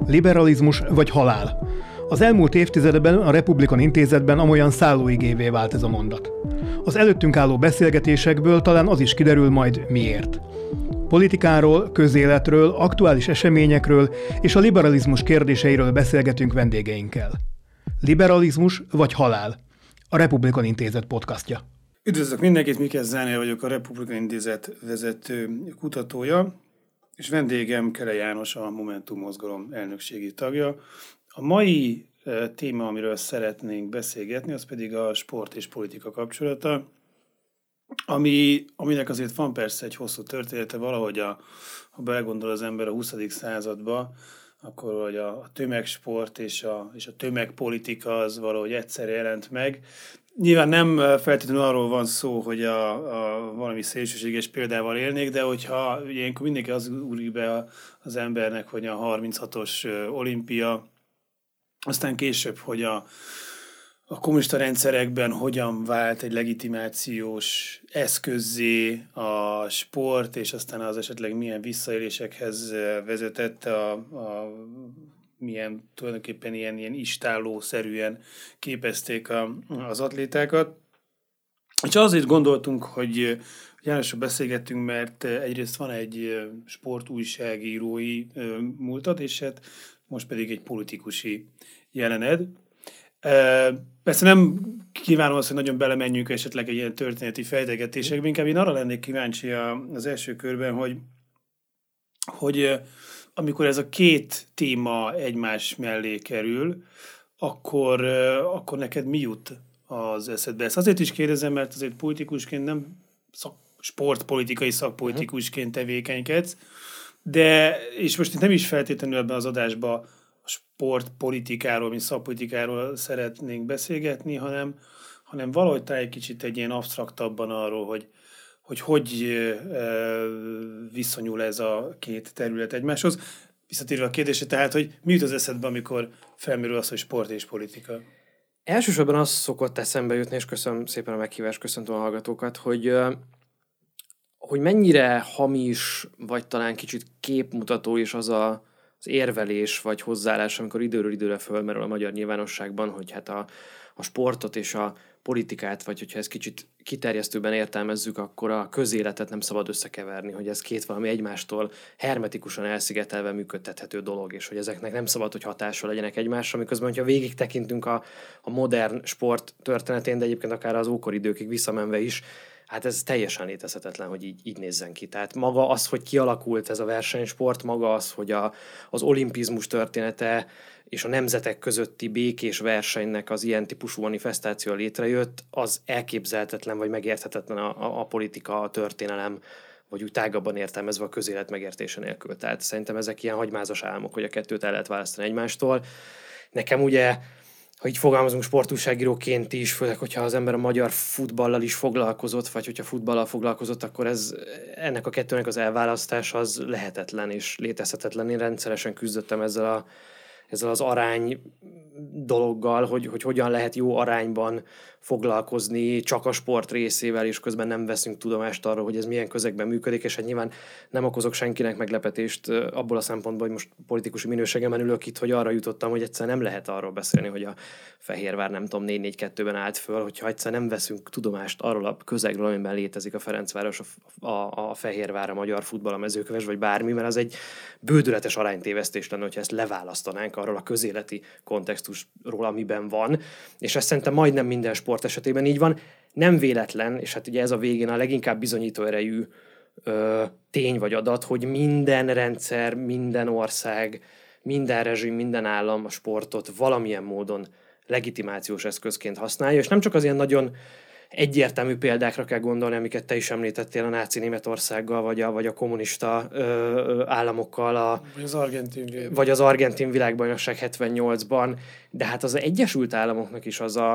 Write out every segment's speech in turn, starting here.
Liberalizmus vagy halál. Az elmúlt évtizedben a Republikon Intézetben amolyan szállóigévé vált ez a mondat. Az előttünk álló beszélgetésekből talán az is kiderül majd miért. Politikáról, közéletről, aktuális eseményekről és a liberalizmus kérdéseiről beszélgetünk vendégeinkkel. Liberalizmus vagy halál? A Republikon Intézet podcastja. Üdvözlök mindenkit, Mikes Zánél vagyok, a Republikon Intézet vezető kutatója, és vendégem Kele János, a Momentum mozgalom elnökségi tagja. A mai téma, amiről szeretnénk beszélgetni, az pedig a sport és politika kapcsolata, aminek azért van persze egy hosszú története, valahogy ha belegondol az ember a 20. századba, akkor hogy a tömegsport és a tömegpolitika az valahogy egyszer jelent meg. Nyilván nem feltétlenül arról van szó, hogy a valami szélsőséges példával élnék, de hogyha ilyenkor mindenki az ugrik be az embernek, hogy a 36-os olimpia, aztán később, hogy a kommunista rendszerekben hogyan vált egy legitimációs eszközzé a sport, és aztán az esetleg milyen visszaélésekhez vezetett, milyen tulajdonképpen ilyen istállószerűen képezték az atlétákat. És azért gondoltunk, hogy Jánosról beszélgettünk, mert egyrészt van egy sportújságírói múltad, és hát most pedig egy politikusi jelened. Persze nem kívánom azt, hogy nagyon belemenjünk esetleg egy ilyen történeti fejtegetésekbe, inkább én arra lennék kíváncsi az első körben, hogy amikor ez a két téma egymás mellé kerül, akkor neked mi jut az eszedbe? Ezt azért is kérdezem, mert azért politikusként nem sportpolitikai szakpolitikusként tevékenykedsz, és most itt nem is feltétlenül ebben az adásban a sportpolitikáról, mint szakpolitikáról szeretnénk beszélgetni, hanem valahogy talán egy kicsit egy ilyen absztraktabban arról, hogy viszonyul ez a két terület egymáshoz. Visszatérve a kérdésre, tehát, hogy mi jut az eszedbe, amikor felmerül az, hogy sport és politika? Elsősorban az szokott eszembe jutni, és köszönöm szépen a meghívást, köszöntöm a hallgatókat, hogy mennyire hamis, vagy talán kicsit képmutató is az érvelés vagy hozzáállás, amikor időről időre fölmerül a magyar nyilvánosságban, hogy hát a sportot és a politikát, vagy hogyha ezt kicsit kiterjesztőben értelmezzük, akkor a közéletet nem szabad összekeverni, hogy ez két valami egymástól hermetikusan elszigetelve működtethető dolog, és hogy ezeknek nem szabad, hogy hatással legyenek egymásra, miközben, hogyha végig tekintünk a modern sport történetén, de egyébként akár az ókori időkig visszamenve is, hát ez teljesen létezhetetlen, hogy így nézzen ki. Tehát maga az, hogy kialakult ez a versenysport, maga az, hogy az olimpizmus története és a nemzetek közötti békés versenynek az ilyen típusú manifestáció létrejött, az elképzelhetetlen vagy megérthetetlen a politika, a történelem, vagy úgy tágabban értelmezve a közélet megértése nélkül. Tehát szerintem ezek ilyen hagymázas álmok, hogy a kettőt el lehet választani egymástól. Nekem ugye, ha így fogalmazunk sportújságíróként is, főleg, hogyha az ember a magyar futballal is foglalkozott, vagy hogyha futballal foglalkozott, akkor ennek a kettőnek az elválasztása az lehetetlen és létezhetetlen. Én rendszeresen küzdöttem ezzel az arány dologgal, hogy hogyan lehet jó arányban foglalkozni csak a sport részével, és közben nem veszünk tudomást arról, hogy ez milyen közegben működik, és hát nyilván nem okozok senkinek meglepetést abból a szempontból, hogy most politikusi minőségemben ülök itt, hogy arra jutottam, hogy egyszer nem lehet arról beszélni, hogy a Fehérvár nem tudom 4-4-2-ben állt föl, hogyha egyszer nem veszünk tudomást arról a közegről, amiben létezik a Ferencváros, a Fehérvár, a magyar futball, a Mezőköves, vagy bármi, mert az egy bődületes aránytévesztés lenne, hogyha ezt leválasztanánk arról a közéleti kontextusról, amiben van, és ezt szerintem majdnem minden sport esetében így van. Nem véletlen, és hát ugye ez a végén a leginkább bizonyító erejű tény vagy adat, hogy minden rendszer, minden ország, minden rezsim, minden állam a sportot valamilyen módon legitimációs eszközként használja, és nem csak az ilyen nagyon egyértelmű példákra kell gondolni, amiket te is említettél a náci Németországgal, vagy a kommunista államokkal, vagy az argentin világbajnokság 78-ban, de hát az Egyesült Államoknak is az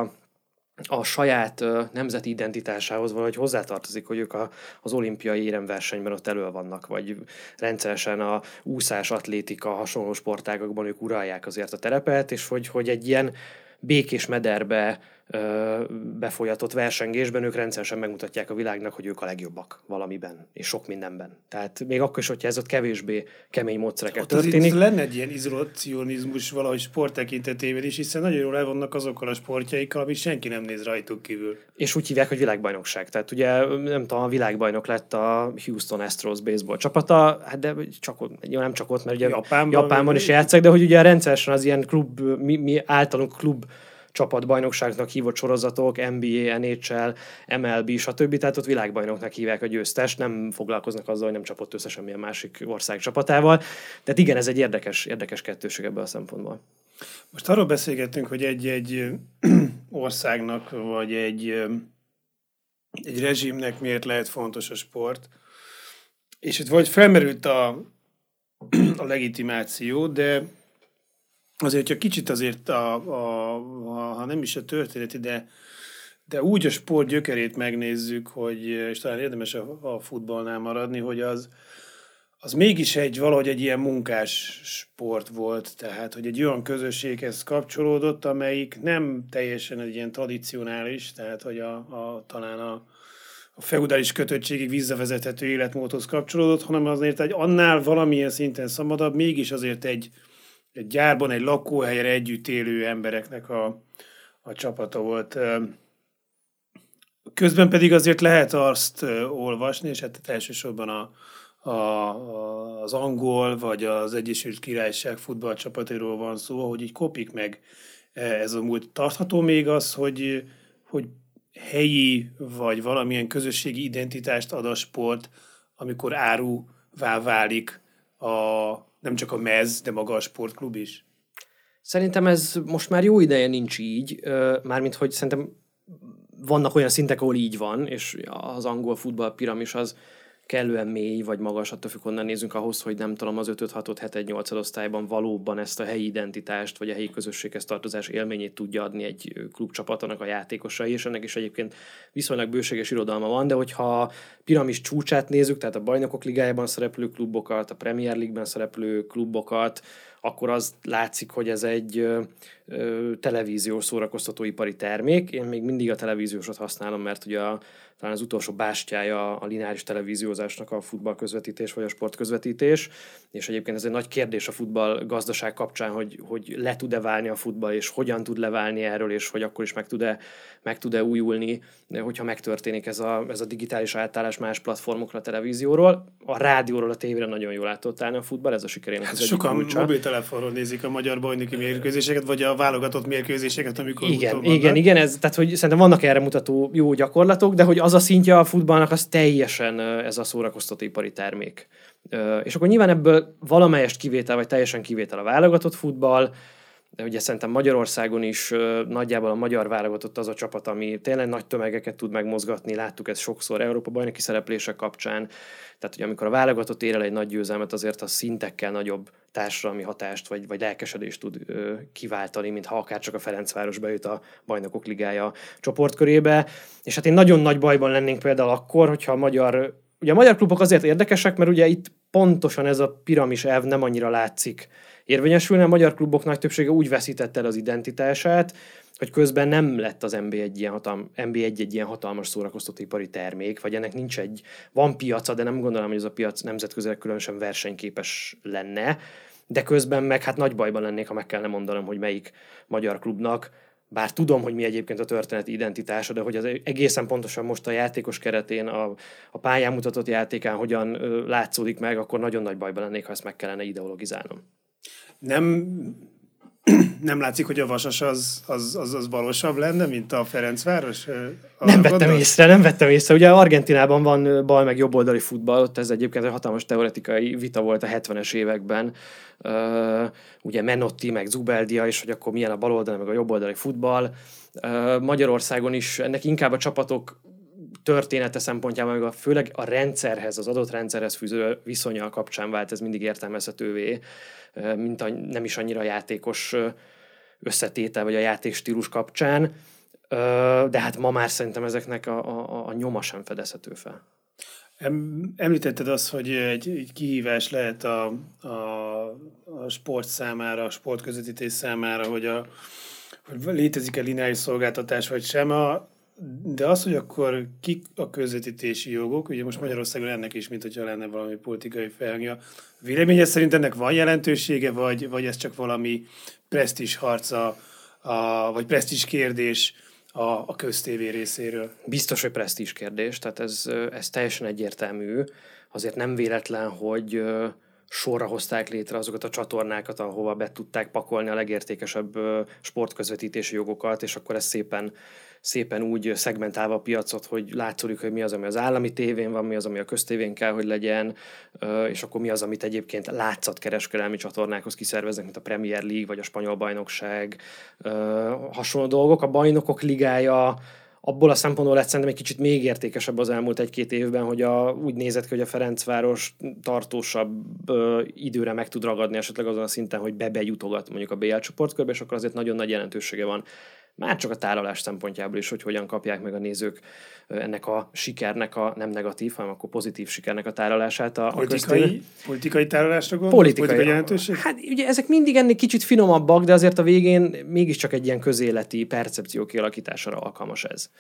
a saját nemzeti identitásához valahogy hozzátartozik, hogy ők az olimpiai éremversenyben ott elő vannak, vagy rendszeresen a úszás, atlétika, hasonló sportágakban ők uralják azért a terepet, és hogy egy ilyen békés mederbe befolyatott versengésben ők rendszeresen megmutatják a világnak, hogy ők a legjobbak valamiben, és sok mindenben. Tehát még akkor is, hogyha ez ott kevésbé kemény módszerekkel történik. Lenne egy ilyen izolacionizmus valahogy sport tekintetében is, hiszen nagyon jól el vannak azokkal a sportjaikkal, amit senki nem néz rajtuk kívül. És úgy hívják, hogy világbajnokság. Tehát ugye nem tudom, a világbajnok lett a Houston Astros baseball csapata, hát de csak ott, jó, nem csak ott, mert ugye Japánban is játszik, de hogy ugye rendszeresen az ilyen klub, mi általunk klub csapatbajnokságnak hívott sorozatok, NBA, NHL, MLB, stb. Tehát ott világbajnoknak hívják a győztest, nem foglalkoznak azzal, hogy nem csapott össze semmilyen másik ország csapatával. Tehát igen, ez egy érdekes kettőség ebből a szempontból. Most arról beszélgettünk, hogy egy országnak, vagy egy rezsimnek miért lehet fontos a sport, és itt vagy felmerült a legitimáció, de azért, hogyha kicsit azért, ha nem is a történeti, de úgy a sport gyökerét megnézzük, hogy, és talán érdemes a futballnál maradni, hogy az mégis valahogy egy ilyen munkás sport volt, tehát, hogy egy olyan közösséghez kapcsolódott, amelyik nem teljesen egy ilyen tradicionális, tehát, hogy talán a feudális kötöttségig visszavezethető életmódhoz kapcsolódott, hanem azért egy annál valamilyen szinten szabadabb, mégis azért egy gyárban, egy lakóhelyen együtt élő embereknek a csapata volt. Közben pedig azért lehet azt olvasni, és hát elsősorban az angol vagy az Egyesült Királyság futballcsapatairól van szó, hogy így kopik meg ez a múlt. Tartható még az, hogy helyi vagy valamilyen közösségi identitást ad a sport, amikor áruvá válik nem csak a mez, de maga a sportklub is? Szerintem ez most már jó ideje nincs így, mármint hogy szerintem vannak olyan szintek, ahol így van, és az angol futball piramis az kellően mély vagy magas, attól függ, honnan nézünk ahhoz, hogy nem tudom, az 5-6-ot, 7-8 osztályban valóban ezt a helyi identitást, vagy a helyi közösséghez tartozás élményét tudja adni egy klubcsapatának a játékosai, és ennek is egyébként viszonylag bőséges irodalma van, de hogyha a piramis csúcsát nézzük, tehát a Bajnokok Ligájában szereplő klubokat, a Premier League-ben szereplő klubokat, akkor az látszik, hogy ez egy televíziós szórakoztatóipari termék. Én még mindig a televíziósat használom, mert ugye talán az utolsó bástyája a lineáris televíziózásnak a futballközvetítés vagy a sportközvetítés, és egyébként ez egy nagy kérdés a futball gazdaság kapcsán, hogy le tud-e válni a futball, és hogyan tud leválni erről, és hogy akkor is meg tud-e újulni, hogyha megtörténik ez a digitális átállás más platformokra, a televízióról. A rádióról, a tévére nagyon jól át tudott állni a futball, ez a sikerének az egyik kulcsa. Sokan mobiltelefonról nézik a magyar bajnoki mérkőzéseket, vagy a válogatott mérkőzéseket, amikor Igen, tehát hogy szerintem vannak erre mutató jó gyakorlatok, de hogy az a szintje a futballnak, az teljesen ez a szórakoztatóipari termék. És akkor nyilván ebből valamelyest kivétel, vagy teljesen kivétel a válogatott futball, de ugye szerintem Magyarországon is nagyjából a magyar válogatott az a csapat, ami tényleg nagy tömegeket tud megmozgatni, láttuk ezt sokszor Európa-bajnoki szereplések kapcsán, tehát hogy amikor a válogatott ér el egy nagy győzelmet, azért a szintekkel nagyobb társadalmi hatást vagy lelkesedést tud kiváltani, mint ha akár csak a Ferencváros bejut a Bajnokok Ligája csoportkörébe. És hát én nagyon nagy bajban lennénk például akkor, hogyha ugye a magyar klubok azért érdekesek, mert ugye itt pontosan ez a piramis elv nem annyira látszik érvényesülni. A magyar klubok nagy többsége úgy veszítette el az identitását, hogy közben nem lett az NB1 egy ilyen hatalmas szórakoztatóipari termék, vagy ennek van piaca, de nem gondolom, hogy ez a piac nemzetközileg különösen versenyképes lenne, de közben meg hát nagy bajban lennék, ha meg kellene mondanom, hogy melyik magyar klubnak, bár tudom, hogy mi egyébként a történeti identitása, de hogy az egészen pontosan most a játékos keretén, a pályán mutatott játékán hogyan látszódik meg, akkor nagyon nagy bajban lennék, ha ezt meg kellene ideologizálnom. Nem látszik, hogy a Vasas az valósabb lenne, mint a Ferencváros? Nem vettem észre. Ugye Argentinában van bal meg jobboldali futball, ott ez egyébként egy hatalmas teoretikai vita volt a 70-es években. Ugye Menotti, meg Zubeldia is, hogy akkor milyen a baloldali, meg a jobboldali futball. Magyarországon is ennek inkább a csapatok története szempontjából, meg főleg a rendszerhez, az adott rendszerhez fűző viszonya kapcsán vált ez mindig értelmezhetővé, mint nem is annyira a játékos összetétel, vagy a játékstílus kapcsán, de hát ma már szerintem ezeknek a nyoma sem fedezhető fel. Említetted azt, hogy egy kihívás lehet a sport számára, a sportközvetítés számára, hogy hogy létezik-e lineáris szolgáltatás vagy sem, de az, hogy akkor kik a közvetítési jogok, ugye most Magyarországon ennek is, mint hogyha lenne valami politikai felhangja. Véleménye szerint ennek van jelentősége, vagy ez csak valami presztízs harca, vagy presztízs kérdés a köztévé részéről? Biztos, hogy presztízs kérdés, tehát ez teljesen egyértelmű. Azért nem véletlen, hogy sorra hozták létre azokat a csatornákat, ahova be tudták pakolni a legértékesebb sportközvetítési jogokat, és akkor ez szépen úgy szegmentálva a piacot, hogy látszódik, hogy mi az, ami az állami tévén van, mi az, ami a köztévén kell, hogy legyen, és akkor mi az, amit egyébként látszatkereskedelmi csatornákhoz kiszerveznek, mint a Premier League, vagy a Spanyol Bajnokság, hasonló dolgok. A Bajnokok Ligája abból a szempontból lett szerintem egy kicsit még értékesebb az elmúlt 1-2 évben, hogy úgy nézett ki, hogy a Ferencváros tartósabb időre meg tud ragadni esetleg azon a szinten, hogy bejutogat mondjuk a BL csoportkörbe, és akkor azért nagyon nagy jelentősége van. Már csak a tálalás szempontjából is, hogy hogyan kapják meg a nézők ennek a sikernek a nem negatív, hanem akkor pozitív sikernek a tálalását. Politikai tálalásra gondolsz? Politikai jelentőség? Hát ugye ezek mindig ennél kicsit finomabbak, de azért a végén mégiscsak egy ilyen közéleti percepció kialakítására alkalmas ez.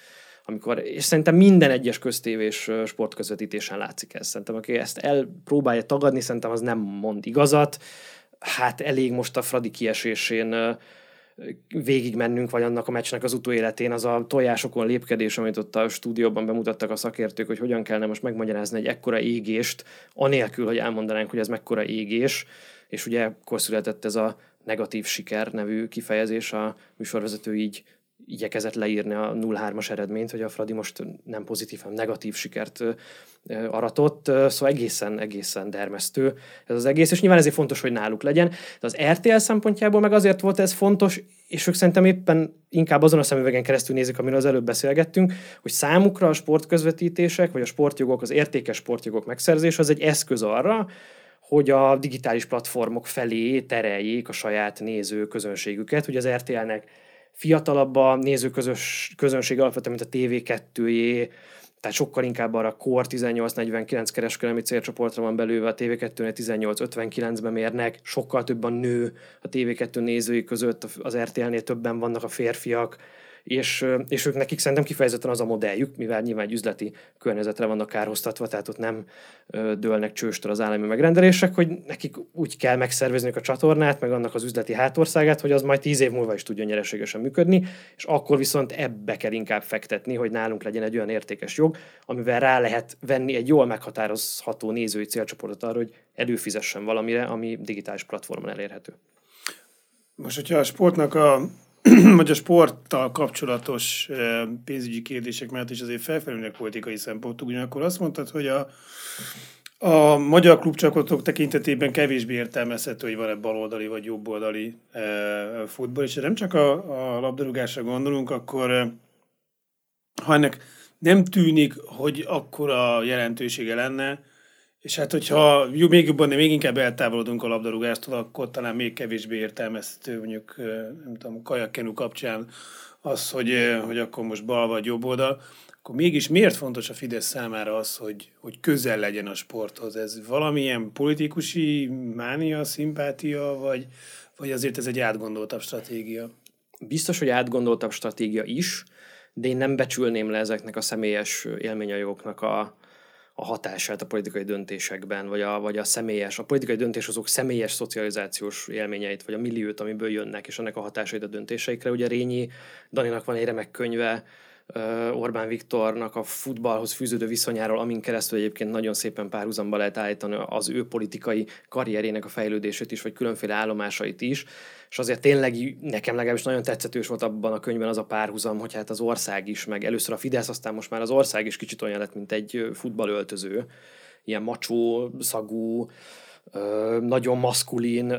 És szerintem minden egyes köztévés sportközvetítésen látszik ez. Szerintem aki ezt elpróbálja tagadni, szerintem az nem mond igazat. Hát elég most a Fradi kiesésén végigmennünk, vagy annak a meccsnek az utóéletén, az a tojásokon lépkedés, amit ott a stúdióban bemutattak a szakértők, hogy hogyan kellene most megmagyarázni egy ekkora égést, anélkül, hogy elmondanánk, hogy ez mekkora égés, és ugye akkor született ez a negatív siker nevű kifejezés, a műsorvezető így igyekezett leírni a 0-3-as eredményt, hogy a Fradi most nem pozitív, hanem negatív sikert aratott, szóval egészen dermesztő ez az egész, és nyilván ezért fontos, hogy náluk legyen, de az RTL szempontjából meg azért volt ez fontos, és ők szerintem éppen inkább azon a szemüvegen keresztül nézik, amiről az előbb beszélgettünk, hogy számukra a sportközvetítések, vagy a sportjogok, az értékes sportjogok megszerzése az egy eszköz arra, hogy a digitális platformok felé tereljék a saját néző közönségüket, hogy az RTL-nek fiatalabb a nézőközönség alapvetően, mint a TV2-jé, tehát sokkal inkább arra Core 18-49 kereskedelmi célcsoportra van belőle, a TV2-nél 18-59-ben mérnek, sokkal több a nő a TV2 nézői között, az RTL-nél többen vannak a férfiak, és ők nekik szerintem kifejezetten az a modelljük, mivel nyilván egy üzleti környezetre vannak kárhoztatva, tehát ott nem dőlnek csőstől az állami megrendelések, hogy nekik úgy kell megszervezniük a csatornát, meg annak az üzleti hátországát, hogy az majd 10 év múlva is tudjon nyereségesen működni, és akkor viszont ebbe kell inkább fektetni, hogy nálunk legyen egy olyan értékes jog, amivel rá lehet venni egy jól meghatározható nézői célcsoportot arra, hogy előfizessen valamire, ami digitális platformon elérhető. Most, hogyha a sportnak vagy a sporttal kapcsolatos pénzügyi kérdések mellett is azért felfelülnek politikai szempontok, ugyanakkor azt mondtad, hogy a magyar klubcsapatok tekintetében kevésbé értelmezhető, hogy van-e baloldali vagy jobboldali futball, és ha nem csak a labdarúgásra gondolunk, akkor ha ennek nem tűnik, hogy akkora jelentősége lenne, és hát hogyha még jobban, de még inkább eltávolodunk a labdarúgástól, akkor talán még kevésbé értelmezhető, mondjuk, nem tudom, kajakkenu kapcsán az, hogy akkor most bal vagy jobb oldal, akkor mégis miért fontos a Fidesz számára az, hogy közel legyen a sporthoz? Ez valamilyen politikusi mánia, szimpátia, vagy azért ez egy átgondoltabb stratégia? Biztos, hogy átgondoltabb stratégia is, de én nem becsülném le ezeknek a személyes élményajogoknak a hatását a politikai döntésekben, vagy a politikai döntéshozók személyes szocializációs élményeit, vagy a milliót, amiből jönnek, és ennek a hatásait a döntéseikre. Ugye Rényi Daninak van egy remek könyve Orbán Viktornak a futballhoz fűződő viszonyáról, amin keresztül egyébként nagyon szépen párhuzamba lehet állítani az ő politikai karrierének a fejlődését is, vagy különféle állomásait is, és azért tényleg nekem legalábbis nagyon tetszetős volt abban a könyvben az a párhuzam, hogy hát az ország is, meg először a Fidesz, aztán most már az ország is kicsit olyan lett, mint egy futballöltöző, ilyen macsó, szagú, nagyon maszkulin,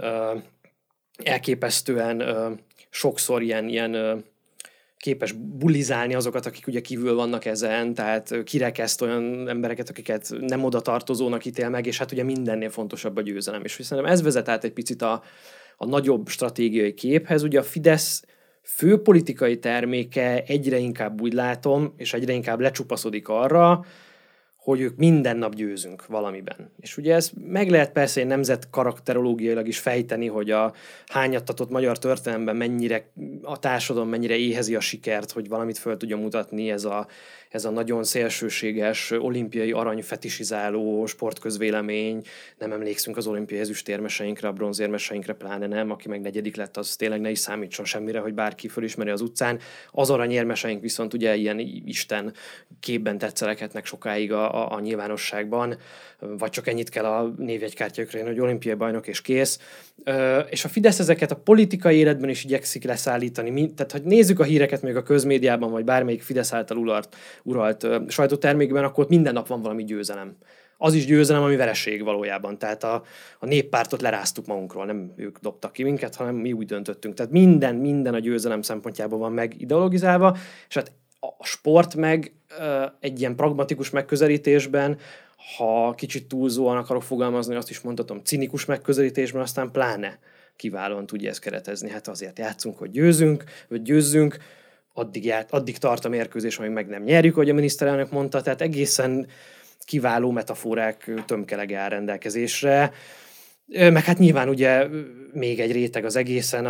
elképesztően sokszor ilyen képes bulizálni azokat, akik ugye kívül vannak ezen, tehát kirekeszt olyan embereket, akiket nem oda tartozónak ítél meg, és hát ugye mindennél fontosabb a győzelem. És szerintem ez vezet át egy picit a nagyobb stratégiai képhez. Ugye a Fidesz fő politikai terméke egyre inkább úgy látom, és egyre inkább lecsupaszodik arra, hogy ők minden nap győzünk valamiben. És ugye ezt meg lehet persze egy nemzet karakterológiailag is fejteni, hogy a hányattatott magyar történelemben mennyire a társadalom mennyire éhezi a sikert, hogy valamit föl tudja mutatni, ez a nagyon szélsőséges olimpiai arany fetisizáló sportközvélemény. Nem emlékszünk az olimpiai ezüstérmeseinkre, a bronzérmeseinkre, pláne nem, aki meg 4. lett, az tényleg ne is számítson semmire, hogy bárki fölismeri az utcán. Az aranyérmeseink viszont ugye ilyen Isten képben tetszeleketnek sokáig a nyilvánosságban, vagy csak ennyit kell a névjegykártyájukra, hogy olimpiai bajnok és kész. És a Fidesz ezeket a politikai életben is igyekszik leszállítani. Tehát, hogy nézzük a híreket még a közmédiában, vagy bármelyik Fidesz által uralt sajtótermékben, akkor minden nap van valami győzelem. Az is győzelem, ami vereség valójában. Tehát a néppártot leráztuk magunkról, nem ők dobtak ki minket, hanem mi úgy döntöttünk. Tehát minden a győzelem szempontjából van megideologizálva, és hát a sport meg egy ilyen pragmatikus megközelítésben, ha kicsit túlzóan akarok fogalmazni, azt is mondhatom, cinikus megközelítésben, aztán pláne kiválóan tudja ezt keretezni. Hát azért játszunk, hogy győzzünk, addig tart a mérkőzés, amíg meg nem nyerjük, ahogy a miniszterelnök mondta, tehát egészen kiváló metaforák tömkelege áll rendelkezésre. Meg hát nyilván ugye még egy réteg az egészen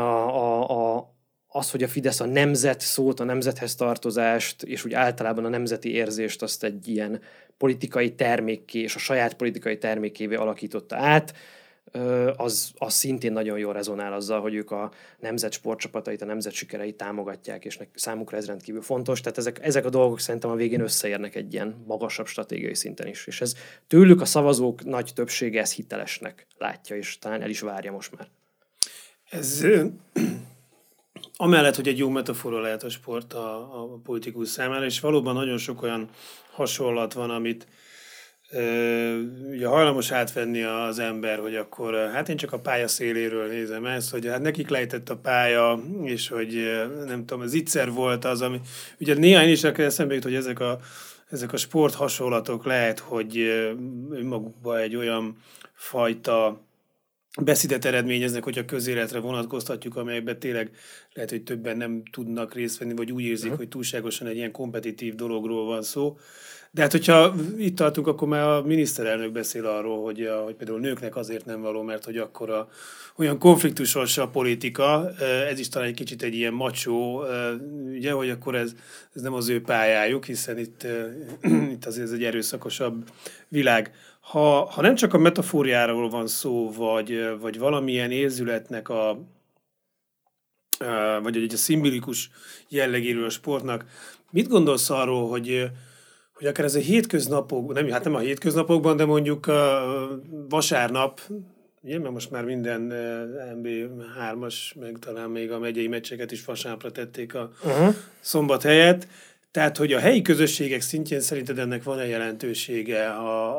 az, hogy a Fidesz a nemzet szót, a nemzethez tartozást, és úgy általában a nemzeti érzést azt egy ilyen politikai termékké, és a saját politikai termékévé alakította át, az szintén nagyon jól rezonál azzal, hogy ők a nemzet sportcsapatait, a nemzet sikereit támogatják, és számukra ez rendkívül fontos. Tehát ezek a dolgok szerintem a végén összeérnek egy ilyen magasabb stratégiai szinten is. És ez tőlük a szavazók nagy többsége ezt hitelesnek látja, és talán el is várja most már. Ez amellett, hogy egy jó metafora lehet a sport a politikus számára, és valóban nagyon sok olyan hasonlat van, amit ugye hajlamos átvenni az ember, hogy akkor hát én csak a pálya széléről nézem ezt, hogy hát nekik lejtett a pálya, és hogy nem tudom, az egyszer volt az, ami ugye néha én is eszembe jut, hogy ezek a sport hasonlatok lehet, hogy magukban egy olyan fajta beszédet eredményeznek, hogy a közéletre vonatkoztatjuk, amelyekben tényleg lehet, hogy többen nem tudnak részt venni, vagy úgy érzik, hogy túlságosan egy ilyen kompetitív dologról van szó. De hát, hogyha itt tartunk, akkor már a miniszterelnök beszél arról, hogy például nőknek azért nem való, mert hogy akkor olyan konfliktusos a politika, ez is talán egy kicsit egy ilyen macsó, ugye, hogy akkor ez nem az ő pályájuk, hiszen itt azért ez egy erőszakosabb világ. Ha nem csak a metafóriáról van szó, vagy valamilyen érzületnek vagy egy szimbolikus jellegéről a sportnak, mit gondolsz arról, hogy akár ez a hétköznapokban, nem a hétköznapokban, de mondjuk vasárnap, ugye, mert most már minden MB3-as, meg talán még a megyei meccseket is vasárnapra tették a szombat helyett. Tehát, hogy a helyi közösségek szintjén szerinted ennek van-e jelentősége,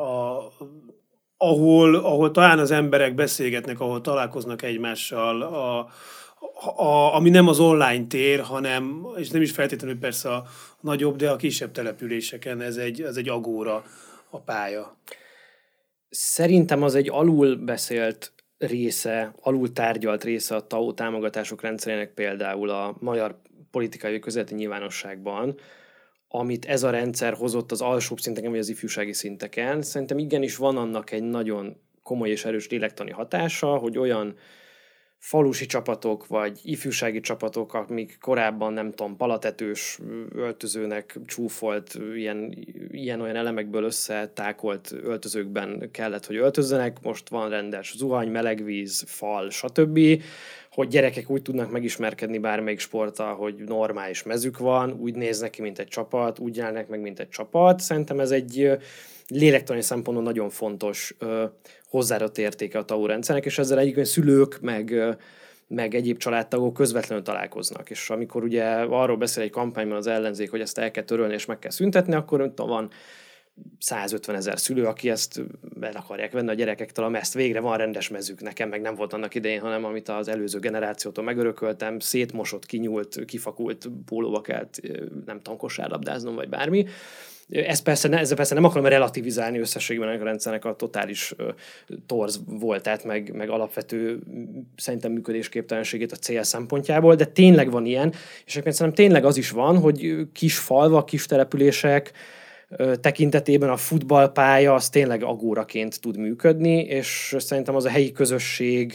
ahol talán az emberek beszélgetnek, ahol találkoznak egymással, ami nem az online tér, hanem, és nem is feltétlenül persze a nagyobb, de a kisebb településeken ez egy agóra a pálya. Szerintem az egy alul beszélt része, alul tárgyalt része a TAO támogatások rendszerének például a magyar politikai közéleti nyilvánosságban, amit ez a rendszer hozott az alsóbb szinteken, vagy az ifjúsági szinteken. Szerintem igenis van annak egy nagyon komoly és erős lélektani hatása, hogy olyan falusi csapatok, vagy ifjúsági csapatok, amik korábban, nem tudom, palatetős öltözőnek csúfolt, ilyen-olyan elemekből összetákolt öltözőkben kellett, hogy öltözzenek, most van rendes zuhany, melegvíz, fal, stb., hogy gyerekek úgy tudnak megismerkedni bármelyik sporttal, hogy normális mezük van, úgy néznek ki, mint egy csapat, úgy jelennek meg, mint egy csapat. Szerintem ez egy lélektani szempontból nagyon fontos hozzáadott értéke a TAO rendszernek, és ezzel egyébként szülők, meg egyéb családtagok közvetlenül találkoznak. És amikor ugye arról beszél egy kampányban az ellenzék, hogy ezt el kell törölni és meg kell szüntetni, akkor van 150 000 szülő, aki ezt el akarják venni a gyerekektől, ezt végre van rendes mezük. Nekem meg nem volt annak idején, hanem amit az előző generációtól megörököltem, szétmosott, kinyúlt, kifakult pólóba kellett, nem tudom, kosárlabdáznom, vagy bármi. Ezzel persze nem akarom relativizálni összességben a rendszernek a totális torz voltát, meg alapvető szerintem működésképtelenségét a cél szempontjából, de tényleg van ilyen, és egyébként szerintem tényleg az is van, hogy kis falvak, kis települések tekintetében a futballpálya az tényleg agóraként tud működni, és szerintem az a helyi közösség,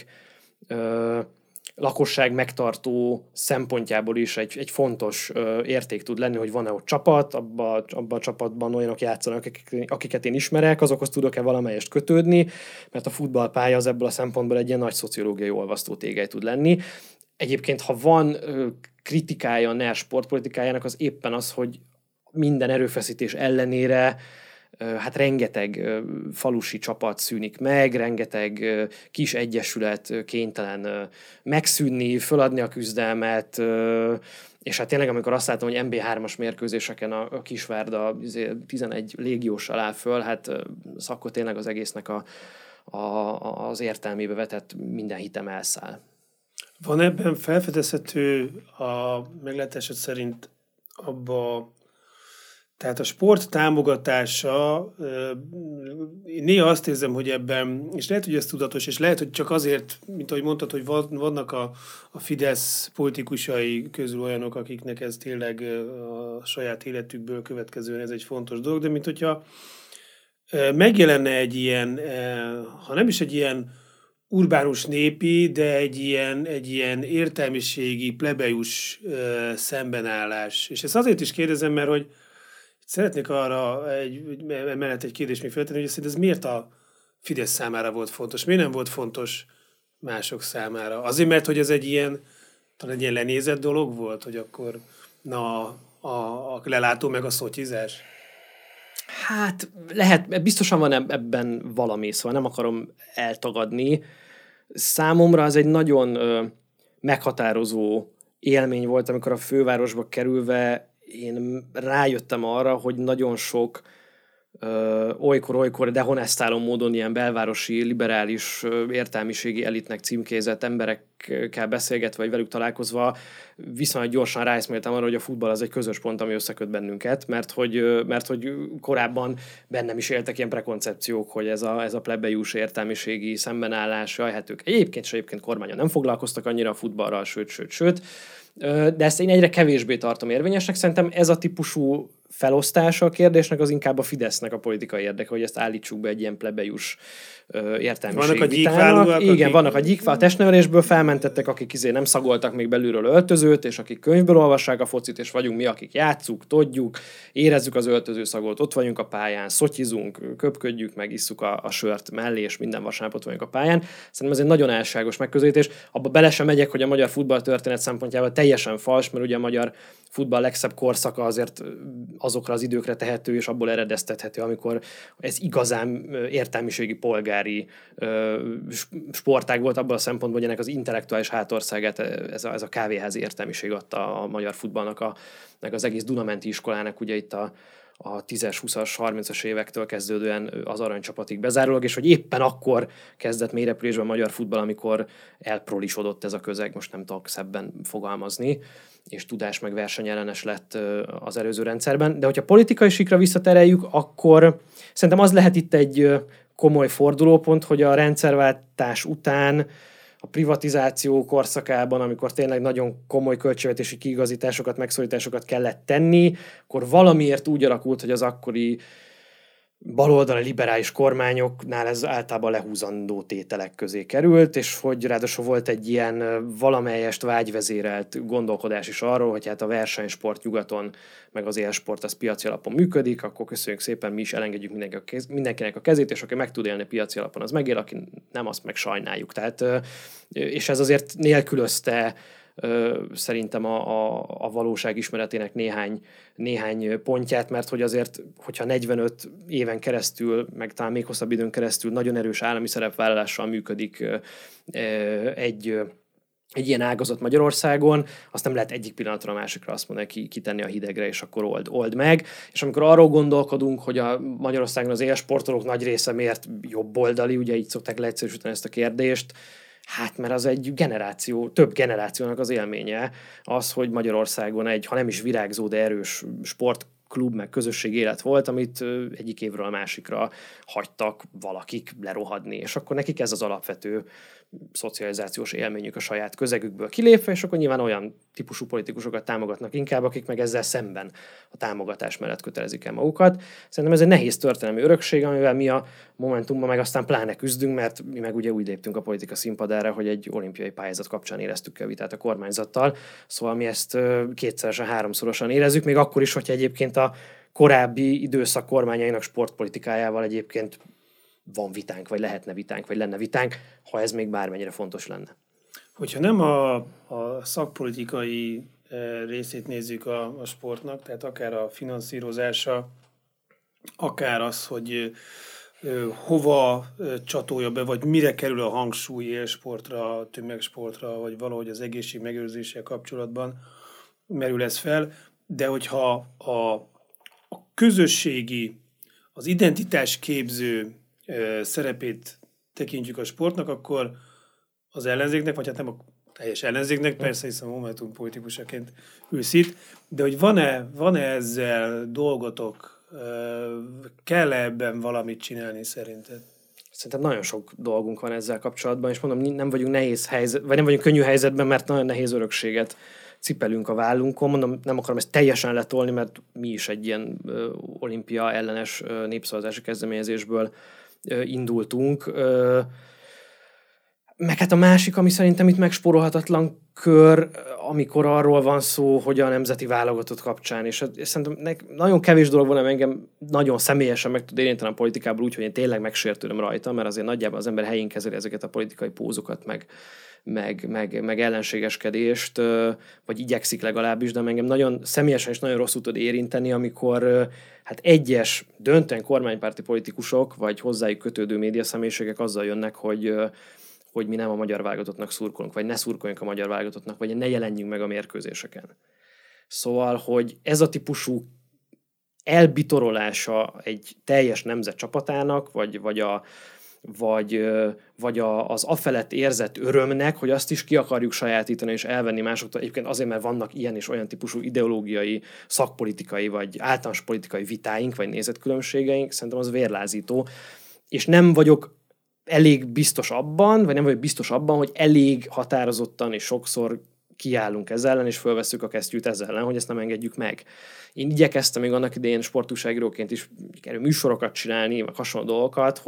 lakosság megtartó szempontjából is egy fontos érték tud lenni, hogy van-e ott csapat, abban a csapatban olyanok játszanak, akiket én ismerek, azokhoz tudok-e valamelyest kötődni, mert a futballpálya az ebből a szempontból egy ilyen nagy szociológiai olvasztó tégely tud lenni. Egyébként, ha van kritikája a NER sportpolitikájának, az éppen az, hogy minden erőfeszítés ellenére hát rengeteg falusi csapat szűnik meg, rengeteg kis egyesület kénytelen megszűnni, föladni a küzdelmet, és hát tényleg, amikor azt látom, hogy MB3-as mérkőzéseken a Kisvárda 11 légióssal áll föl, hát akkor tényleg az egésznek az értelmébe vetett minden hitem elszáll. Van ebben felfedezhető a meglátásod szerint abba, tehát a sport támogatása, néha azt érzem, hogy ebben, és lehet, hogy ez tudatos, és lehet, hogy csak azért, mint ahogy mondtad, hogy vannak a Fidesz politikusai közül olyanok, akiknek ez tényleg a saját életükből következően ez egy fontos dolog, de mint hogyha megjelenne egy ilyen, ha nem is egy ilyen urbánus népi, de egy ilyen értelmiségi, plebejus szembenállás. És ezt azért is kérdezem, mert hogy szeretnék arra emellett egy kérdést még feltenni, hogy ez miért a Fidesz számára volt fontos? Miért nem volt fontos mások számára? Azért, mert hogy ez talán egy ilyen lenézett dolog volt, hogy akkor a lelátó meg a szotyizás? Hát lehet, biztosan van ebben valami, szóval nem akarom eltagadni. Számomra az egy nagyon meghatározó élmény volt, amikor a fővárosba kerülve én rájöttem arra, hogy nagyon sok olykor dehonestáló módon ilyen belvárosi, liberális, értelmiségi elitnek címkézett emberekkel beszélgetve, vagy velük találkozva viszonylag gyorsan ráeszméltem arra, hogy a futball az egy közös pont, ami összeköt bennünket, mert hogy korábban bennem is éltek ilyen prekoncepciók, hogy ez a plebejus értelmiségi szembenállás, hát ők egyébként kormányon nem foglalkoztak annyira a futballral, sőt, de ezt én egyre kevésbé tartom érvényesnek. Szerintem ez a típusú felosztása a kérdésnek az inkább a Fidesznek a politikai érdeke, hogy ezt állítsuk be egy ilyen plebejus értelmiség vitának. Igen, vannak a gyíkfá, a testnevelésből felmentettek, akik nem szagoltak még belülről öltözőt, és akik könyvből olvassák a focit, és vagyunk mi, akik játsszuk, tudjuk, érezzük az öltözőszagot, ott vagyunk a pályán, szotyizunk, köpködjük, meg isszuk a sört mellé, és minden vasárnap ott vagyunk a pályán. Szerintem ez egy nagyon álságos megközelítés. Abba bele sem megyek, hogy a magyar futball történet szempontjából teljesen fals, mert ugye a magyar futball legszebb korszaka azért azokra az időkre tehető, és abból eredeztethető, amikor ez igazán értelmiségi polgári sportág volt abban a szempontból, hogy ennek az intellektuális hátországát ez a kávéházi értelmiség adta a magyar futballnak, meg az egész Dunamenti iskolának, ugye itt a 10-es, 20-as, 30-as évektől kezdődően az aranycsapatig bezárólag, és hogy éppen akkor kezdett mélyrepülésben a magyar futball, amikor elprolisodott ez a közeg, most nem tudok szebben fogalmazni, és tudás meg versenyellenes lett az előző rendszerben. De hogyha politikai síkra visszatereljük, akkor szerintem az lehet itt egy komoly fordulópont, hogy a rendszerváltás után a privatizáció korszakában, amikor tényleg nagyon komoly költségvetési kiigazításokat, megszorításokat kellett tenni, akkor valamiért úgy alakult, hogy az akkori baloldali liberális kormányoknál ez általában lehúzandó tételek közé került, és hogy ráadásul volt egy ilyen valamelyest vágyvezérelt gondolkodás is arról, hogy hát a versenysport nyugaton, meg az élsport az piaci alapon működik, akkor köszönjük szépen, mi is elengedjük mindenkinek a kezét, és aki meg tud élni piaci alapon, az megél, aki nem, azt meg sajnáljuk. Tehát, és ez azért nélkülözte szerintem a valóság ismeretének néhány pontját, mert hogy azért, hogyha 45 éven keresztül, meg talán még hosszabb időn keresztül nagyon erős állami szerepvállalással működik egy ilyen ágazat Magyarországon, azt nem lehet egyik pillanatra a másikra azt mondani, kitenni a hidegre, és akkor old meg. És amikor arról gondolkodunk, hogy a Magyarországon az élsportolók nagy része miért jobboldali, ugye így szokták leegyszerűsíteni ezt a kérdést, hát mert az egy több generációnak az élménye az, hogy Magyarországon egy, ha nem is virágzó, de erős klub, meg közösség élet volt, amit egyik évről a másikra hagytak valakik lerohadni, és akkor nekik ez az alapvető szocializációs élményük a saját közegükből kilépve, és akkor nyilván olyan típusú politikusokat támogatnak inkább, akik meg ezzel szemben a támogatás mellett kötelezik el magukat. Szerintem ez egy nehéz történelmi örökség, amivel mi a Momentumban meg aztán pláne küzdünk, mert mi meg ugye úgy léptünk a politika színpadára, hogy egy olimpiai pályázat kapcsán éreztük ki a vitát a kormányzattal, szóval mi ezt kétszeresen, háromszorosan érezzük, még akkor is, hogyha egyébként a korábbi időszak kormányainak sportpolitikájával egyébként van vitánk, vagy lehetne vitánk, vagy lenne vitánk, ha ez még bármennyire fontos lenne. Hogyha nem a szakpolitikai részét nézzük a sportnak, tehát akár a finanszírozása, akár az, hogy hova csatolja be, vagy mire kerül a hangsúly élsportra, tömegsportra, vagy valahogy az egészség megőrzéssel kapcsolatban merül ez fel, de hogyha a közösségi, az identitás képző szerepét tekintjük a sportnak, akkor az ellenzéknek, vagy hát nem a teljes ellenzéknek, persze, hiszen a Momentum politikusaként ülsz itt, de hogy van-e ezzel dolgotok, kell ebben valamit csinálni szerinted? Szerintem nagyon sok dolgunk van ezzel kapcsolatban, és mondom, nem vagyunk nehéz helyzet, vagy nem vagyunk könnyű helyzetben, mert nagyon nehéz örökséget cipelünk a vállunkon. Mondom, nem akarom ezt teljesen letolni, mert mi is egy ilyen olimpia ellenes népszavazási kezdeményezésből indultunk. Meg hát a másik, ami szerintem itt megspórolhatatlan kör, amikor arról van szó, hogy a nemzeti válogatott kapcsán, és szerintem nagyon kevés dolog van, ami engem nagyon személyesen meg tud érinteni a politikából úgy, hogy én tényleg megsértődöm rajta, mert azért nagyjából az ember helyén kezeli ezeket a politikai pózokat, meg ellenségeskedést, vagy igyekszik legalábbis, de engem nagyon személyesen és nagyon rosszul tud érinteni, amikor hát egyes döntően kormánypárti politikusok, vagy hozzájuk kötődő médiaszemélységek azzal jönnek, hogy mi nem a magyar válogatottnak szurkolunk, vagy ne szurkoljunk a magyar válogatottnak, vagy ne jelenjünk meg a mérkőzéseken. Szóval, hogy ez a típusú elbitorolása egy teljes nemzet csapatának, vagy az afelett érzett örömnek, hogy azt is ki akarjuk sajátítani és elvenni másoktól, egyébként azért, mert vannak ilyen és olyan típusú ideológiai, szakpolitikai, vagy általános politikai vitáink, vagy nézetkülönbségeink, szerintem az vérlázító. És nem vagyok biztos abban, hogy elég határozottan és sokszor kiállunk ezzel ellen, és fölvesszük a kesztyűt ezzel ellen, hogy ezt nem engedjük meg. Én igyekeztem még annak idején sportújságíróként is műsorokat csinálni, meg hasonló dolgokat,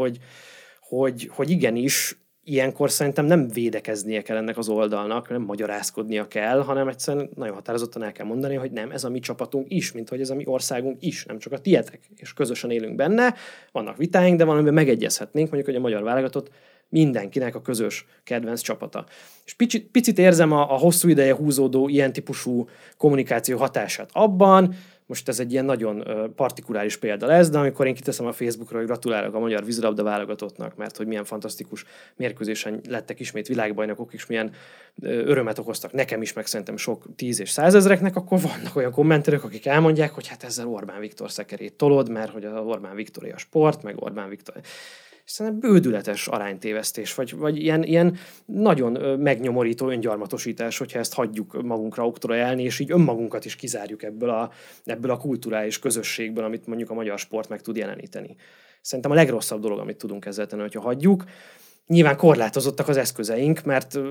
hogy igenis ilyenkor szerintem nem védekeznie kell ennek az oldalnak, nem magyarázkodnia kell, hanem egyszerűen nagyon határozottan el kell mondani, hogy nem, ez a mi csapatunk is, mint hogy ez a mi országunk is, nem csak a tietek, és közösen élünk benne, vannak vitáink, de valamiben megegyezhetnénk, mondjuk, hogy a magyar válogatott mindenkinek a közös kedvenc csapata. És picit érzem a hosszú ideje húzódó ilyen típusú kommunikáció hatását abban, most ez egy ilyen nagyon partikuláris példa lesz, de amikor én kiteszem a Facebookra, hogy gratulálok a magyar vízilabda válogatottnak, mert hogy milyen fantasztikus mérkőzésen lettek ismét világbajnokok, és milyen örömet okoztak nekem is, meg szerintem sok 10 és 100 ezreknek, akkor vannak olyan kommenterek, akik elmondják, hogy hát ezzel Orbán Viktor szekerét tolod, mert hogy a Orbán Viktori a sport, meg Orbán Viktor... Szerintem bődületes aránytévesztés, vagy ilyen nagyon megnyomorító öngyarmatosítás, hogyha ezt hagyjuk magunkra oktrojálni, és így önmagunkat is kizárjuk ebből a kulturális közösségből, amit mondjuk a magyar sport meg tud jeleníteni. Szerintem a legrosszabb dolog, amit tudunk ezzel tenni, hogyha hagyjuk. Nyilván korlátozottak az eszközeink, mert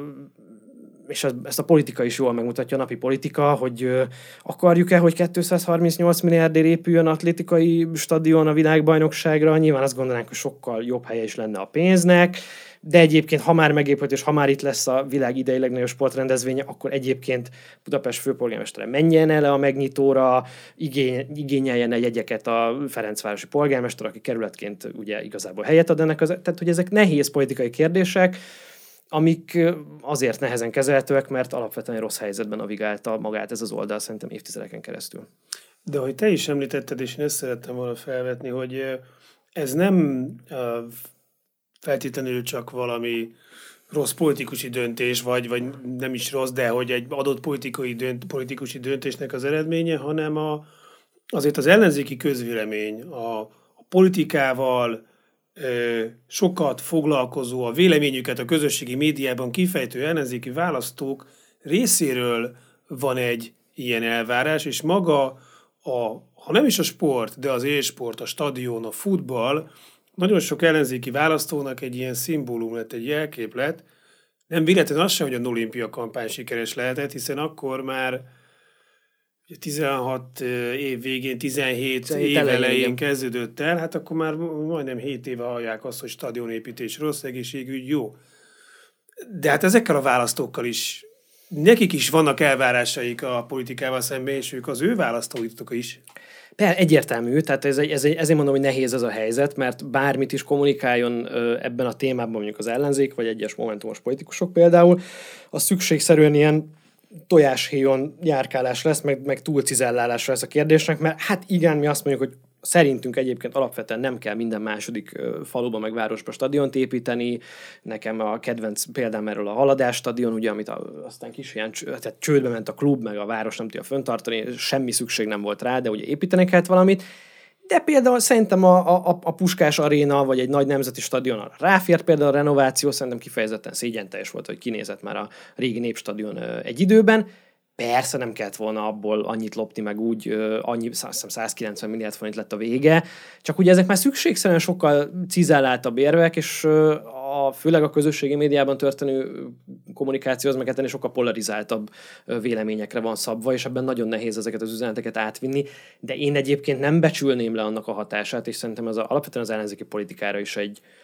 és ezt a politika is jól megmutatja, a napi politika, hogy akarjuk-e, hogy 238 milliárdért épüljön atlétikai stadion a világbajnokságra, nyilván azt gondolnánk, hogy sokkal jobb helye is lenne a pénznek, de egyébként, ha már megépült, és ha már itt lesz a világ idei legnagyobb sportrendezvénye, akkor egyébként Budapest főpolgármestere menjen el a megnyitóra, igényeljen egy jegyeket a Ferencvárosi polgármester, aki kerületként ugye igazából helyet ad ennek, tehát hogy ezek nehéz politikai kérdések, amik azért nehezen kezelhetőek, mert alapvetően rossz helyzetben navigálta magát ez az oldal szerintem évtizedeken keresztül. De hogy te is említetted, és én ezt szerettem volna felvetni, hogy ez nem feltétlenül csak valami rossz politikusi döntés, vagy nem is rossz, de hogy egy adott politikusi döntésnek az eredménye, hanem azért az ellenzéki közvélemény a politikával sokat foglalkozó, a véleményüket a közösségi médiában kifejtő ellenzéki választók részéről van egy ilyen elvárás, és maga ha nem is a sport, de az élsport, a stadion, a futball, nagyon sok ellenzéki választónak egy ilyen szimbólum lett, egy jelkép lett. Nem véletlen az sem, hogy a olimpia kampány sikeres lehetett, hiszen akkor már 16 év végén, 17 év elején kezdődött el, hát akkor már majdnem 7 éve hallják azt, hogy stadionépítés rossz, egészségügy jó. De hát ezekkel a választókkal is, nekik is vannak elvárásaik a politikával szemben, és ők az ő választóitok is. Egyértelmű, tehát ezért mondom, hogy nehéz ez a helyzet, mert bármit is kommunikáljon ebben a témában, mondjuk az ellenzék, vagy egyes momentumos politikusok például, az szükségszerűen ilyen tojáshéjon járkálás lesz, meg túlcizellálásra lesz a kérdésnek, mert hát igen, mi azt mondjuk, hogy szerintünk egyébként alapvetően nem kell minden második faluban meg városba stadiont építeni. Nekem a kedvenc példám erről a Haladás stadion, ugye, amit aztán kis ilyen, tehát csődbe ment a klub, meg a város nem tudja föntartani, semmi szükség nem volt rá, de ugye építenek hát valamit. De például szerintem a Puskás Aréna, vagy egy nagy nemzeti stadion ráfért például a renováció, szerintem kifejezetten szégyenteljes volt, hogy kinézett már a régi Népstadion egy időben. Persze nem kellett volna abból annyit lopni, meg úgy, annyi, 190 milliárd forint lett a vége, csak ugye ezek már szükségszerűen sokkal cizelláltabb érvek, és főleg a közösségi médiában történő kommunikáció az meg ennél sokkal polarizáltabb véleményekre van szabva, és ebben nagyon nehéz ezeket az üzeneteket átvinni, de én egyébként nem becsülném le annak a hatását, és szerintem ez alapvetően az ellenzéki politikára is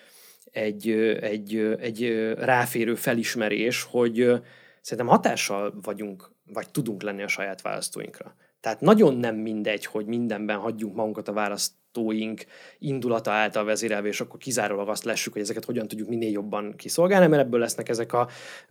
egy ráférő felismerés, hogy szerintem hatással vagyunk, vagy tudunk lenni a saját választóinkra. Tehát nagyon nem mindegy, hogy mindenben hagyjunk magunkat a választóink indulata által vezérelve, és akkor kizárólag azt lessük, hogy ezeket hogyan tudjuk minél jobban kiszolgálni, mert ebből lesznek ezek a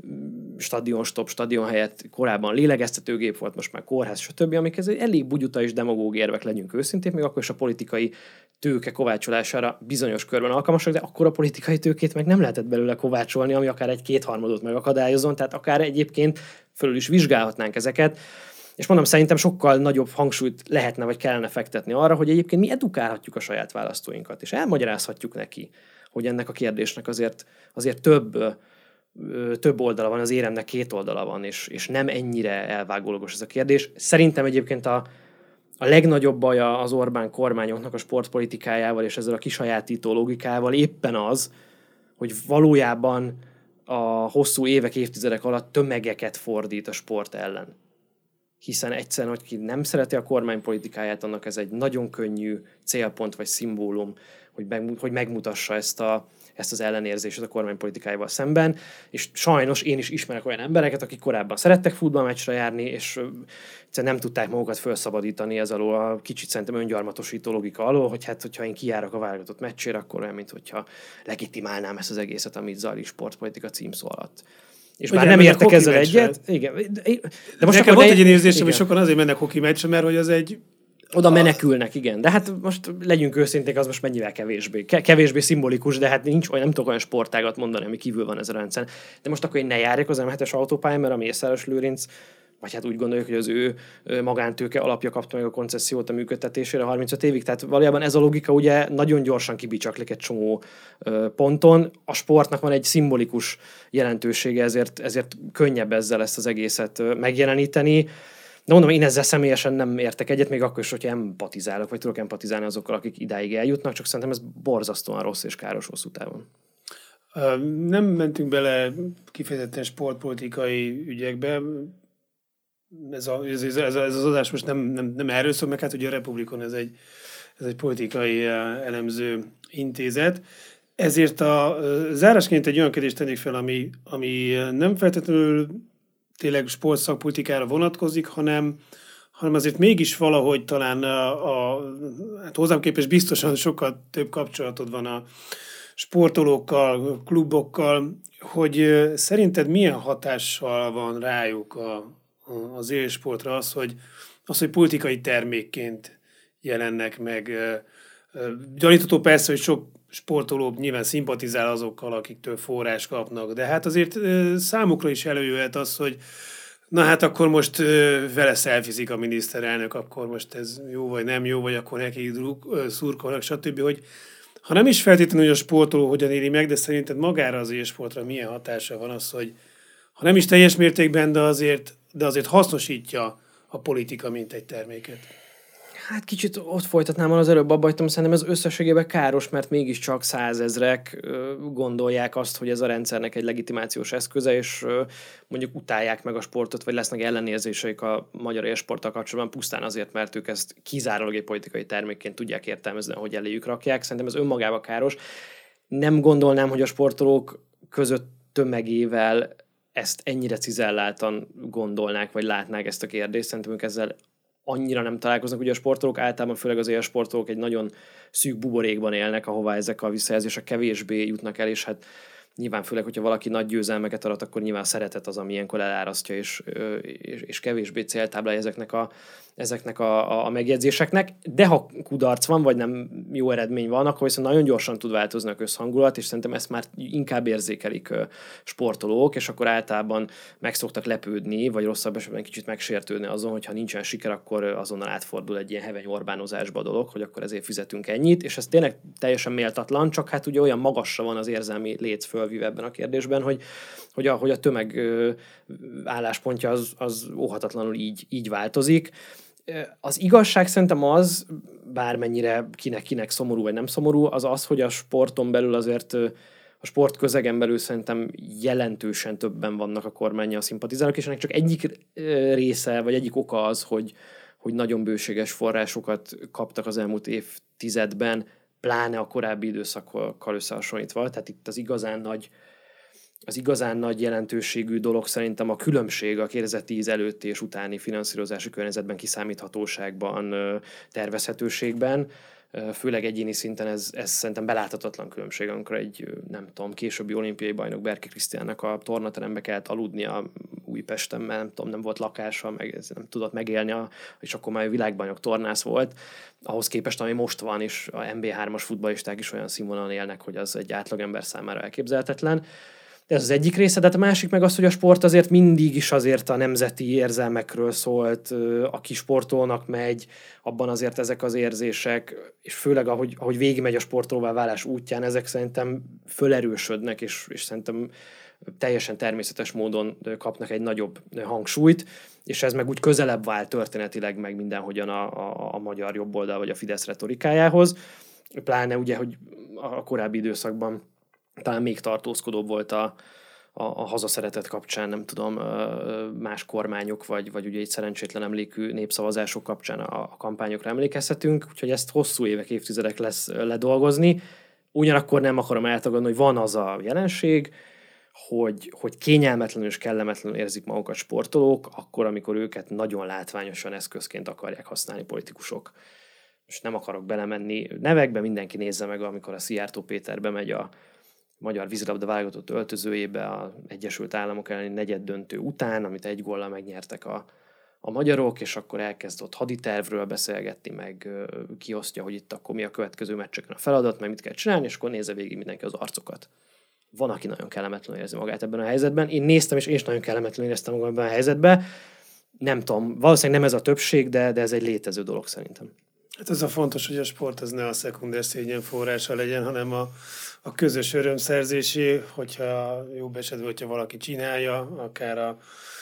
stadion helyett korábban lélegeztetőgép volt, most már kórház, stb., amik ez egy elég bugyuta és demagóg érvek, legyünk őszinték, még akkor is a politikai tőke kovácsolására bizonyos körben alkalmasak, de akkor a politikai tőkét meg nem lehetett belőle kovácsolni, ami akár egy kétharmadot megakadályozon, tehát akár egyébként fölül is vizsgálhatnánk ezeket. És mondom, szerintem sokkal nagyobb hangsúlyt lehetne vagy kellene fektetni arra, hogy egyébként mi edukálhatjuk a saját választóinkat, és elmagyarázhatjuk neki, hogy ennek a kérdésnek azért több oldala van, az éremnek két oldala van, és nem ennyire elvágólagos ez a kérdés. Szerintem egyébként a legnagyobb baja az Orbán kormányoknak a sportpolitikájával és ezzel a kisajátító logikával éppen az, hogy valójában a hosszú évek, évtizedek alatt tömegeket fordít a sport ellen. Hiszen egyszerűen, hogy ki nem szereti a kormány politikáját, annak ez egy nagyon könnyű célpont vagy szimbólum, hogy megmutassa ezt az ellenérzést a kormány politikájával szemben, és sajnos én is ismerek olyan embereket, akik korábban szerettek futballmeccsre járni, és nem tudták magukat felszabadítani ez alól a kicsit szerintem öngyarmatosító logika alól, hogy hát, hogyha én kijárok a válogatott meccsére, akkor olyan, mint hogyha legitimálnám ezt az egészet, amit zajlik sportpolitika címszó alatt. És bár nem értek ezzel egyet. Igen. De most nekem volt egy ilyen érzésem, hogy sokan azért mennek hoki meccsre, mert hogy az egy... Oda menekülnek, igen. De hát most legyünk őszinték, az most mennyivel kevésbé. Kevésbé szimbolikus, de hát nincs olyan, nem tudok olyan sportágat mondani, ami kívül van ez a rendszer. De most akkor én ne járjak az M7-es autópályán, mert a Mészáros Lőrinc, vagy hát úgy gondoljuk, hogy az ő magántőke alapja kapta meg a koncesziót a működtetésére 35 évig. Tehát valójában ez a logika ugye nagyon gyorsan kibicsaklik egy csomó ponton. A sportnak van egy szimbolikus jelentősége, ezért könnyebb ezzel ezt az egészet megjeleníteni. De mondom, én ezzel személyesen nem értek egyet, még akkor is, hogyha empatizálok, vagy tudok empatizálni azokkal, akik idáig eljutnak, csak szerintem ez borzasztóan rossz és káros hosszú távon. Nem mentünk bele kifejezetten sportpolitikai ügyekbe. Ez az adás most nem erről szól, meg hát ugye a Republikon ez egy politikai elemző intézet. Ezért a zárásként egy olyan kérdést tennék fel, ami nem feltétlenül tényleg sportszakpolitikára vonatkozik, hanem azért mégis valahogy talán hát hozzám képest biztosan sokkal több kapcsolatod van a sportolókkal, klubokkal, hogy szerinted milyen hatással van rájuk az élsportra az, hogy politikai termékként jelennek meg. Gyanítható persze, hogy sok sportoló nyilván szimpatizál azokkal, akiktől forrás kapnak, de hát azért számukra is előjöhet az, hogy na hát akkor most vele szelfizik a miniszterelnök, akkor most ez jó vagy nem jó, vagy akkor neki szurkolnak, stb., hogy ha nem is feltétlenül, hogy a sportoló hogyan éli meg, de szerinted magára az élsportra milyen hatása van az, hogy ha nem is teljes mértékben, de azért hasznosítja a politika, mint egy terméket. Hát kicsit ott folytatnám, az előbb abba hagytam, szerintem ez összességében káros, mert mégiscsak 100 000-ek gondolják azt, hogy ez a rendszernek egy legitimációs eszköze, és mondjuk utálják meg a sportot, vagy lesznek ellenérzéseik a magyar élsporttal kapcsolatban pusztán azért, mert ők ezt kizárólag egy politikai termékként tudják értelmezni, hogy eléjük rakják. Szerintem ez önmagában káros. Nem gondolnám, hogy a sportolók között tömegével ezt ennyire cizelláltan gondolnák, vagy látnák ezt a kérdést. Szerintem ők ezzel annyira nem találkoznak. Ugye a sportolók általában, főleg az élsportolók egy nagyon szűk buborékban élnek, ahová ezek a visszajelzések kevésbé jutnak el, és hát nyilván főleg, hogyha valaki nagy győzelmeket arat, akkor nyilván szeretet az, ami ilyenkor elárasztja, és kevésbé céltáblája ezeknek a megjegyzéseknek. De ha kudarc van, vagy nem jó eredmény van, akkor viszont nagyon gyorsan tud változni a közhangulat, és szerintem ezt már inkább érzékelik sportolók, és akkor általában meg szoktak lepődni, vagy rosszabb esetben kicsit megsértődni azon, hogyha nincsen siker, akkor azonnal átfordul egy ilyen heveny Orbánozásba a dolog, hogy akkor ezért fizetünk ennyit, és ez tényleg teljesen méltatlan, csak hát ugye olyan magasra van az érzelmi léc fölvíve ebben a kérdésben, hogy a tömeg álláspontja az óhatatlanul így változik. Az igazság szerintem az, bármennyire kinek szomorú vagy nem szomorú, az, hogy a sporton belül azért a sportközegen belül szerintem jelentősen többen vannak a kormánnyal szimpatizálók, és ennek csak egyik része, vagy egyik oka az, hogy nagyon bőséges forrásokat kaptak az elmúlt évtizedben, pláne a korábbi időszakkal összehasonlítva. Tehát itt az igazán nagy jelentőségű dolog szerintem a különbség a 2010 előtti és utáni finanszírozási környezetben, kiszámíthatóságban, tervezhetőségben. Főleg egyéni szinten ez szerintem beláthatatlan különbség, amikor egy, nem tudom, későbbi olimpiai bajnok Berki Krisztiánnak a tornaterembe kellett aludnia Újpesten, mert nem volt lakása, meg nem tudott megélni, és akkor már világbajnok tornász volt. Ahhoz képest, ami most van, és a NB3-as futballisták is olyan színvonalon élnek, hogy az egy átlagember számára elképzelhetetlen. Ez az egyik része, de a másik meg az, hogy a sport azért mindig is azért a nemzeti érzelmekről szólt, aki sportolónak megy, abban azért ezek az érzések, és főleg ahogy végigmegy a sportolóvá válás útján, ezek szerintem fölerősödnek, és szerintem teljesen természetes módon kapnak egy nagyobb hangsúlyt, és ez meg úgy közelebb vált történetileg meg mindenhogyan a magyar jobboldal vagy a Fidesz retorikájához. Pláne ugye, hogy a korábbi időszakban talán még tartózkodóbb volt a hazaszeretet kapcsán, nem tudom, más kormányok, vagy ugye egy szerencsétlen emlékű népszavazások kapcsán a kampányokra emlékezhetünk, úgyhogy ezt hosszú évek, évtizedek lesz ledolgozni. Ugyanakkor nem akarom eltagadni, hogy van az a jelenség, hogy kényelmetlenül és kellemetlenül érzik magukat sportolók, akkor, amikor őket nagyon látványosan eszközként akarják használni politikusok. Most nem akarok belemenni nevekbe, mindenki nézze meg, amikor a Szijjártó Péter bemegy a magyar vízilabda válogatott öltözőjébe az Egyesült Államok elleni negyeddöntő után, amit 1 góllal megnyertek a magyarok, és akkor elkezd ott haditervről beszélgetni, meg kiosztja, hogy itt akkor mi a következő meccseken a feladat, meg mit kell csinálni, és akkor nézze végig mindenki az arcokat. Van, aki nagyon kellemetlenül érzi magát ebben a helyzetben. Én néztem, és én is nagyon kellemetlenül éreztem magam ebben a helyzetben. Nem tudom, valószínűleg nem ez a többség, de ez egy létező dolog szerintem. Hát az a fontos, hogy a sport az ne a szekunder szégyen forrása legyen, hanem a közös örömszerzésé, hogyha jobb esetben, hogyha valaki csinálja, akár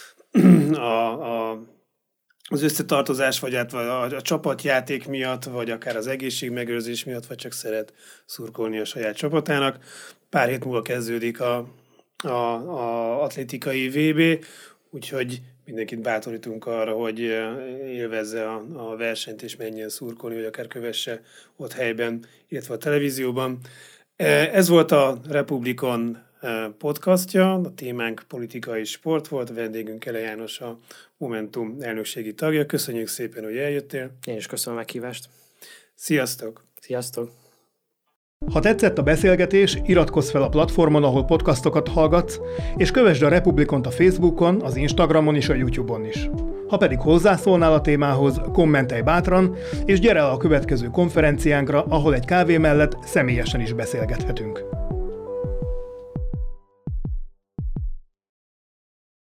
az összetartozás, vagy a csapatjáték miatt, vagy akár az egészségmegőrzés miatt, vagy csak szeret szurkolni a saját csapatának. Pár hét múlva kezdődik a atlétikai VB, úgyhogy mindenkit bátorítunk arra, hogy élvezze a versenyt, és menjen szurkolni, vagy akár kövesse ott helyben, illetve a televízióban. Ez volt a Republikon podcastja, a témánk politika és sport volt, a vendégünk Ele János, a Momentum elnökségi tagja. Köszönjük szépen, hogy eljöttél. Én is köszönöm a meghívást. Sziasztok! Sziasztok! Ha tetszett a beszélgetés, iratkozz fel a platformon, ahol podcastokat hallgatsz, és kövesd a Republikont a Facebookon, az Instagramon és a YouTube-on is. Ha pedig hozzászólnál a témához, kommentelj bátran, és gyere el a következő konferenciánkra, ahol egy kávé mellett személyesen is beszélgethetünk.